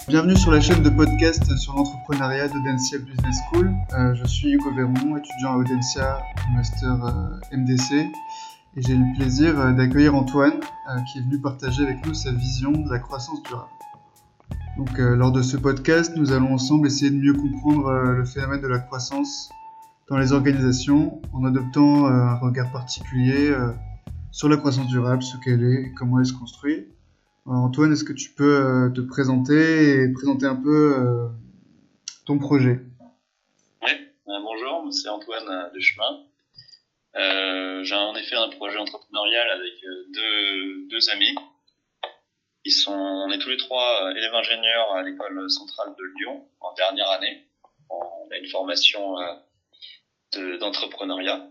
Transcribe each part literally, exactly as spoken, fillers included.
Bienvenue sur la chaîne de podcast sur l'entrepreneuriat d'Audencia Business School. Euh, je suis Hugo Véron, étudiant à Audencia, master euh, M D C, et j'ai le plaisir euh, d'accueillir Antoine euh, qui est venu partager avec nous sa vision de la croissance durable. Donc, euh, lors de ce podcast, nous allons ensemble essayer de mieux comprendre euh, le phénomène de la croissance dans les organisations en adoptant euh, un regard particulier euh, sur la croissance durable, ce qu'elle est et comment elle se construit. Alors Antoine, est-ce que tu peux euh, te présenter et présenter un peu euh, ton projet? Oui, euh, bonjour, c'est Antoine euh, Dechemin. Euh, j'ai en effet un projet entrepreneurial avec euh, deux, deux amis. Ils sont, on est tous les trois euh, élèves ingénieurs à l'école centrale de Lyon en dernière année. On a une formation euh, de, d'entrepreneuriat.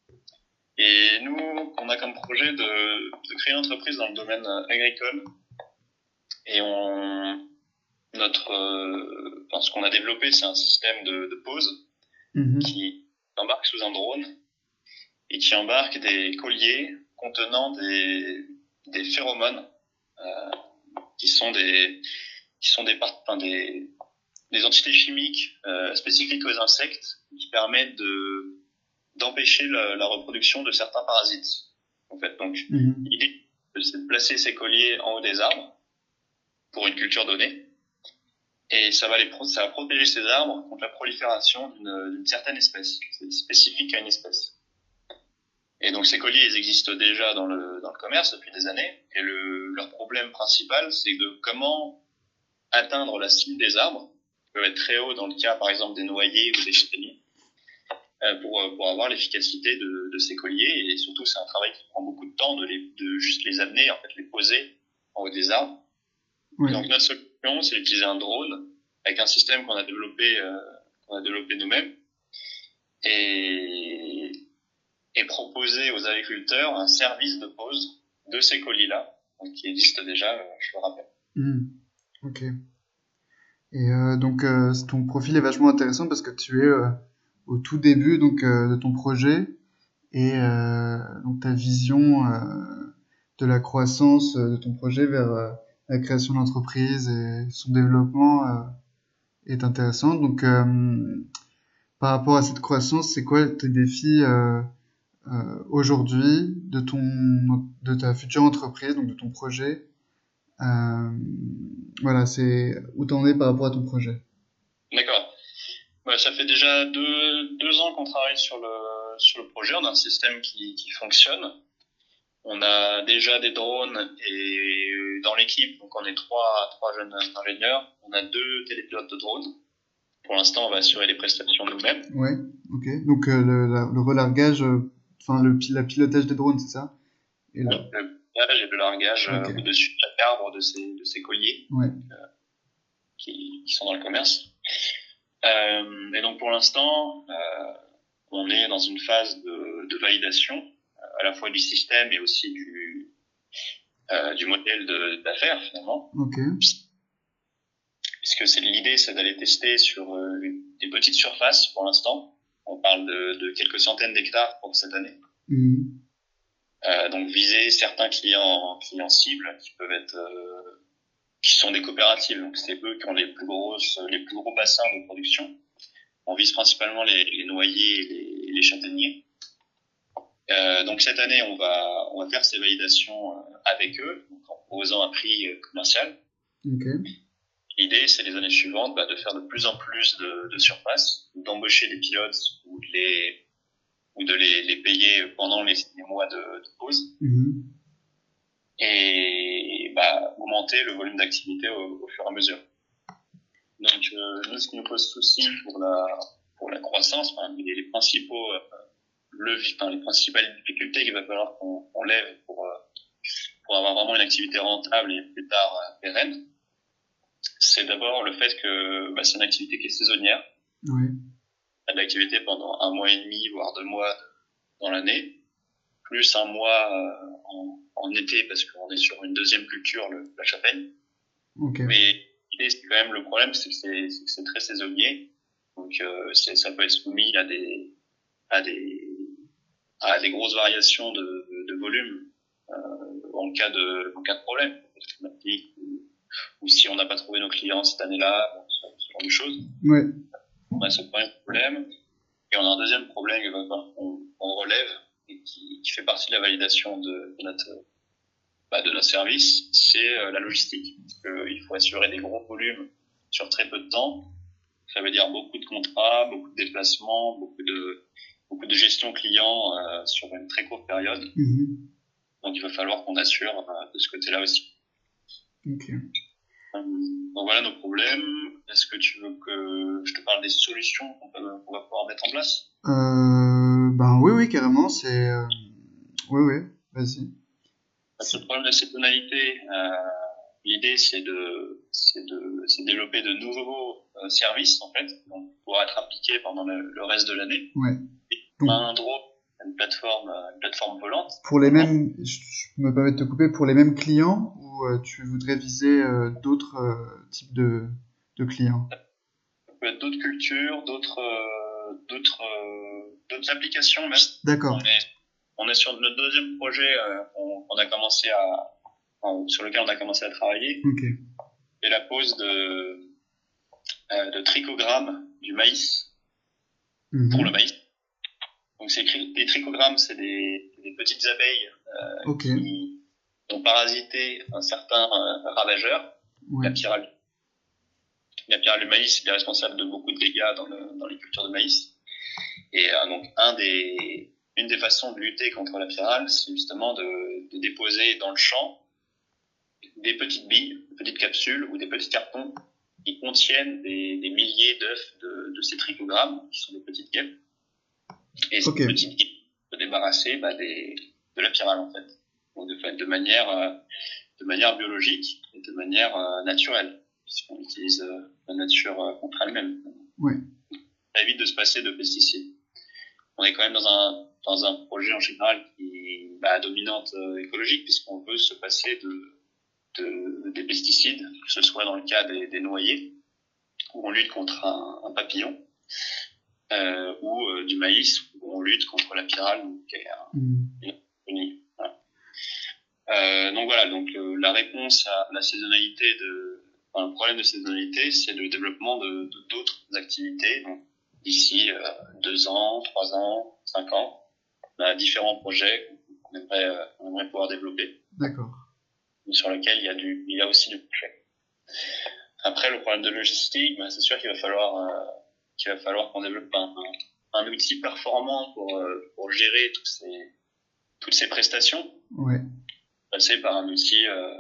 Et nous, on a comme projet de, de créer une entreprise dans le domaine euh, agricole. Et on, notre, euh, enfin, ce qu'on a développé, c'est un système de, de pause Mhm. qui embarque sous un drone et qui embarque des colliers contenant des, des phéromones euh, qui sont des qui sont des, enfin, des, des entités chimiques euh, spécifiques aux insectes qui permettent de d'empêcher la, la reproduction de certains parasites. En fait, donc Mhm. l'idée c'est de placer ces colliers en haut des arbres pour une culture donnée. Et ça va, les pro- ça va protéger ces arbres contre la prolifération d'une, d'une certaine espèce, c'est spécifique à une espèce. Et donc ces colliers, ils existent déjà dans le dans le commerce depuis des années. Et le leur problème principal, c'est de comment atteindre la cime des arbres, qui peuvent être très hauts dans le cas, par exemple, des noyers ou des châtaigniers, euh, pour pour avoir l'efficacité de de ces colliers. Et surtout, c'est un travail qui prend beaucoup de temps de les de juste les amener, en fait, les poser en haut des arbres. Ouais. Et donc notre solution, c'est d'utiliser un drone avec un système qu'on a développé euh, qu'on a développé nous-mêmes. Et et proposer aux agriculteurs un service de pose de ces colis-là, donc qui existe déjà, euh, je le rappelle. Mhm. Ok. Et euh, donc euh, ton profil est vachement intéressant parce que tu es euh, au tout début donc euh, de ton projet et euh, donc ta vision euh, de la croissance euh, de ton projet vers euh, la création d'entreprise et son développement euh, est intéressante. Donc euh, par rapport à cette croissance, c'est quoi tes défis euh, euh, aujourd'hui de ton de ta future entreprise, donc de ton projet? Euh, voilà, c'est où t'en es par rapport à ton projet. D'accord. Bah, ça fait déjà deux, deux ans qu'on travaille sur le, sur le projet. On a un système qui, qui fonctionne. On a déjà des drones et dans l'équipe, donc on est trois, trois jeunes ingénieurs. On a deux télépilotes de drones. Pour l'instant, on va assurer les prestations nous-mêmes. Ouais, ok. Donc euh, le, la- le relargage, euh, enfin le pi- la pilotage des drones, c'est ça? Et Oui, là, le pilotage et le largage ok. euh, au-dessus de chaque arbre de ces, de ces colliers Ouais. qui, qui sont dans le commerce. Euh, et donc pour l'instant, euh, on est dans une phase de, de validation euh, à la fois du système et aussi du, euh, du modèle de, d'affaires finalement, Ok. puisque c'est l'idée, c'est d'aller tester sur euh, des petites surfaces pour l'instant. On parle de, de quelques centaines d'hectares pour cette année. Mhm. Euh, donc viser certains clients clients cibles qui peuvent être euh, qui sont des coopératives. Donc c'est eux qui ont les plus grosses les plus gros bassins de production. On vise principalement les, les noyers et les, les châtaigniers. Euh, donc cette année, on va on va faire ces validations euh, avec eux, donc en proposant un prix euh, commercial. Ok. L'idée, c'est les années suivantes bah, de faire de plus en plus de, de surface, d'embaucher des pilotes ou de les ou de les, les payer pendant les, les mois de, de pause Mhm. et bah, augmenter le volume d'activité au, au fur et à mesure. Donc euh, nous, ce qui nous pose souci pour la pour la croissance, enfin, les, les principaux euh, leviers, enfin, les principales difficultés qu'il va falloir qu'on, qu'on lève pour euh, pour avoir vraiment une activité rentable et plus tard euh, pérenne, c'est d'abord le fait que bah, c'est une activité qui est saisonnière. Ouais. On a de l'activité pendant un mois et demi, voire deux mois dans l'année, plus un mois euh, en, en été parce qu'on est sur une deuxième culture, le, la châtaigne. Ok. Mais l'idée, c'est quand même le problème, c'est que c'est, c'est, que c'est très saisonnier. Donc euh, c'est, ça peut être soumis à des à des à des grosses variations de, de, de volume euh, en cas de en cas de problème climatique ou, ou si on n'a pas trouvé nos clients cette année-là, ce, ce genre de choses. Ouais. On a ce premier problème. Et on a un deuxième problème qu'on on relève et qui, qui fait partie de la validation de, de notre bah, de notre service, c'est euh, la logistique. Parce que il faut assurer des gros volumes sur très peu de temps. Ça veut dire beaucoup de contrats, beaucoup de déplacements, beaucoup de beaucoup de gestion client euh, sur une très courte période. Mm-hmm. Donc il va falloir qu'on assure euh, de ce côté-là aussi. Ok. Euh, donc voilà nos problèmes. Est-ce que tu veux que je te parle des solutions qu'on, peut, qu'on va pouvoir mettre en place? Euh, ben oui, oui, carrément, c'est... Euh... Oui, oui, vas-y. Ce problème de saisonnalité, euh, l'idée c'est de, c'est de, c'est de développer de nouveaux euh, services en fait, donc pour être appliqués pendant le, le reste de l'année. Ouais. Donc, on a un drop, une plateforme, une plateforme volante. Pour les mêmes, je, je me permets de te couper, pour les mêmes clients ou euh, tu voudrais viser euh, d'autres euh, types de, de clients? Ça peut être d'autres cultures, d'autres, euh, d'autres, euh, d'autres applications même. D'accord. On est, on est sur notre deuxième projet euh, on, on a commencé à, enfin, sur lequel on a commencé à travailler. Ok. Et la pose de, euh, de trichogrammes du maïs mm-hmm. pour le maïs. Donc c'est des trichogrammes, c'est des, des petites abeilles euh, okay. qui ont parasité un certain euh, ravageur, ouais. la pyrale. La pyrale du maïs est responsable de beaucoup de dégâts dans, le, dans les cultures de maïs. Et euh, donc un des, une des façons de lutter contre la pyrale, c'est justement de, de déposer dans le champ des petites billes, des petites capsules ou des petits cartons qui contiennent des, des milliers d'œufs de, de ces trichogrammes, qui sont des petites guêpes. Et ces okay. petites guêpes se débarrasser bah, des, de la pyrale en fait, donc de, de manière euh, de manière biologique et de manière euh, naturelle, puisqu'on utilise euh, la nature euh, contre elle-même. Oui. Ça évite de se passer de pesticides. On est quand même dans un dans un projet en général qui bah, à dominante euh, écologique, puisqu'on veut se passer de, de des pesticides, que ce soit dans le cas des, des noyers, où on lutte contre un, un papillon. Euh, ou euh, du maïs où on lutte contre la pyrale, qui est un, mmh. une, voilà. Euh, donc voilà, donc euh, la réponse à la saisonnalité de, enfin, le problème de saisonnalité, c'est le développement de, de d'autres activités. Donc d'ici euh, deux ans, trois ans, cinq ans, on a différents projets qu'on aimerait, euh, on aimerait pouvoir développer. D'accord. Sur lesquels il y a du, il y a aussi du budget. Après, le problème de logistique, ben, c'est sûr qu'il va falloir euh, qu'il va falloir qu'on développe un, un, un outil performant pour, euh, pour gérer tous ces, toutes ces prestations. Ouais. Passer par un outil, euh,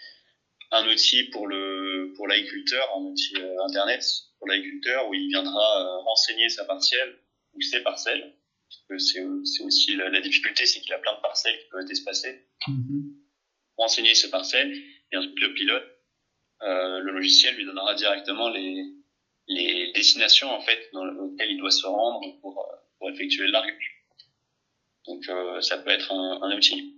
un outil pour le, pour l'agriculteur, un outil euh, internet pour l'agriculteur où il viendra euh, renseigner sa parcelle ou ses parcelles. Parce que c'est, c'est aussi la, la difficulté, c'est qu'il y a plein de parcelles qui peuvent être espacées. Mm-hmm. Renseigner ses parcelles et ensuite le pilote, euh, le logiciel lui donnera directement les, les destinations en fait dans lesquelles il doit se rendre pour, pour effectuer le largage. Donc euh, ça peut être un, un outil.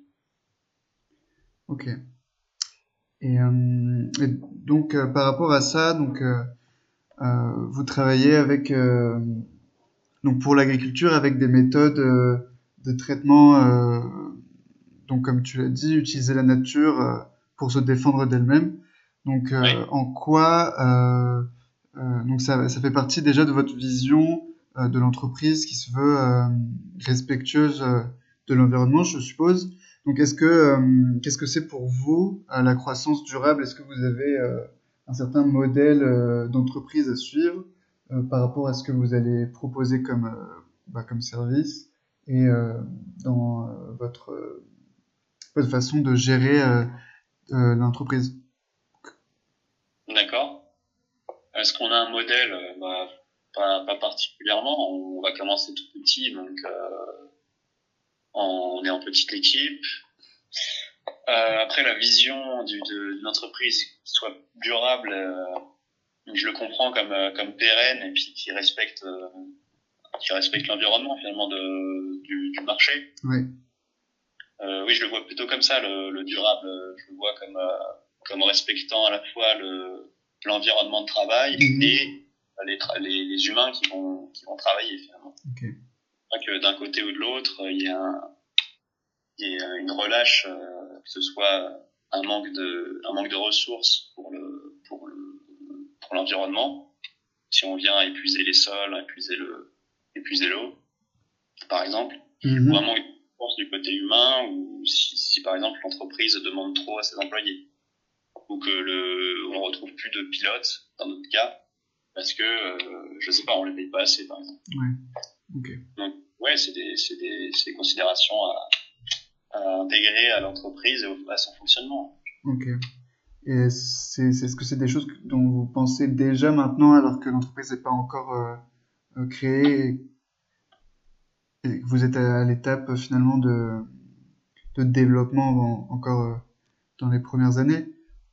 Ok. Et, euh, et donc euh, par rapport à ça, donc euh, euh, vous travaillez avec euh, donc pour l'agriculture avec des méthodes euh, de traitement, euh, donc comme tu l'as dit, utiliser la nature euh, pour se défendre d'elle-même. Donc euh, oui. En quoi euh, Euh, donc ça, ça fait partie déjà de votre vision euh, de l'entreprise qui se veut euh, respectueuse euh, de l'environnement, je suppose. Donc est-ce que euh, qu'est-ce que c'est pour vous euh, la croissance durable? Est-ce que vous avez euh, un certain modèle euh, d'entreprise à suivre euh, par rapport à ce que vous allez proposer comme euh, bah, comme service et euh, dans euh, votre euh, votre façon de gérer euh, euh, l'entreprise? D'accord. Est-ce qu'on a un modèle? Bah, pas, pas particulièrement. On va commencer tout petit, donc euh, on est en petite équipe. Euh, après, la vision du, de, d'une entreprise qui soit durable, euh, je le comprends comme, comme pérenne et puis qui respecte, euh, qui respecte l'environnement finalement de, du, du marché. Oui. Euh, oui, je le vois plutôt comme ça, le, le durable. Je le vois comme, euh, comme respectant à la fois le, l'environnement de travail mmh. et les, tra- les, les humains qui vont, qui vont travailler finalement. Okay. Pas que d'un côté ou de l'autre, il y a, un, il y a une relâche, euh, que ce soit un manque de, un manque de ressources pour le, pour le, pour l'environnement. Si on vient épuiser les sols, épuiser le, épuiser l'eau, par exemple, Mhm. ou un manque de ressources du côté humain, ou si, si par exemple l'entreprise demande trop à ses employés, ou que le, on retrouve plus de pilotes dans notre cas, parce que, euh, je sais pas, on les paye pas assez, par exemple. Ouais. Ok. Donc, ouais, c'est des, c'est des, c'est des considérations à, à intégrer à l'entreprise et au- à son fonctionnement. Ok. Et c'est, c'est, est-ce que c'est des choses que- dont vous pensez déjà maintenant alors que l'entreprise n'est pas encore euh, euh, créée et, et que vous êtes à, à l'étape euh, finalement de, de développement en- encore euh, dans les premières années?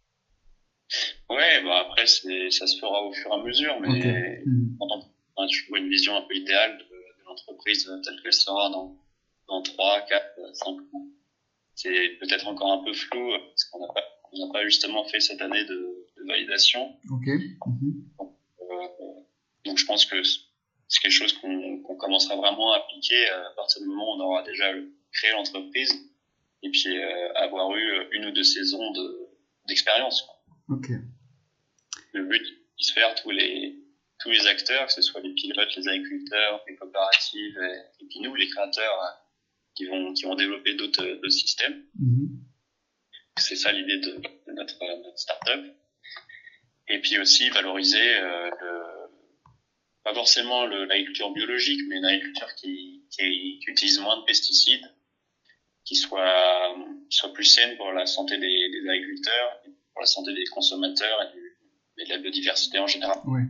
Ouais, bah après, c'est, ça se fera au fur et à mesure, Ok. mais Mhm. en tant que, hein, tu vois une vision un peu idéale de, de l'entreprise euh, telle qu'elle sera dans, dans trois, quatre, cinq ans. C'est peut-être encore un peu flou, euh, parce qu'on n'a pas, on n'a pas justement fait cette année de, de validation. Ok. Mhm. Euh, donc je pense que c'est quelque chose qu'on, qu'on commencera vraiment à appliquer euh, à partir du moment où on aura déjà créé l'entreprise et puis euh, avoir eu une ou deux saisons de, d'expérience, quoi. Ok. Le but, c'est de faire tous les, tous les acteurs, que ce soit les pilotes, les agriculteurs, les coopératives, et, et puis nous, les créateurs, euh, qui vont, qui vont développer d'autres, d'autres systèmes. Mhm. C'est ça l'idée de, de notre, notre start-up. Et puis aussi valoriser, euh, le, pas forcément le, l'agriculture biologique, mais une agriculture qui, qui, qui utilise moins de pesticides, qui soit, qui soit plus saine pour la santé des, des agriculteurs, pour la santé des consommateurs et, du, et de la biodiversité en général. Ouais.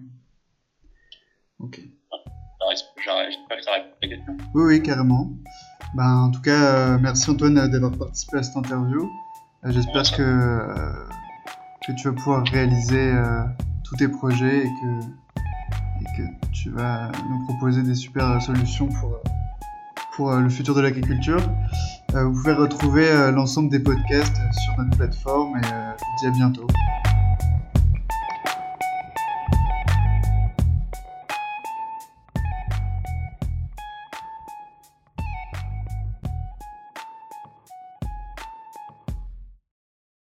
Ok. J'arrive, j'espère que ça répond à la question. Oui, oui, carrément. Ben, en tout cas, euh, merci Antoine euh, d'avoir participé à cette interview. Euh, j'espère Ouais, que, euh, que tu vas pouvoir réaliser euh, tous tes projets et que, et que tu vas nous proposer des super euh, solutions pour, euh, pour euh, le futur de l'agriculture. Euh, vous pouvez retrouver euh, l'ensemble des podcasts sur notre plateforme et euh, je vous dis à bientôt.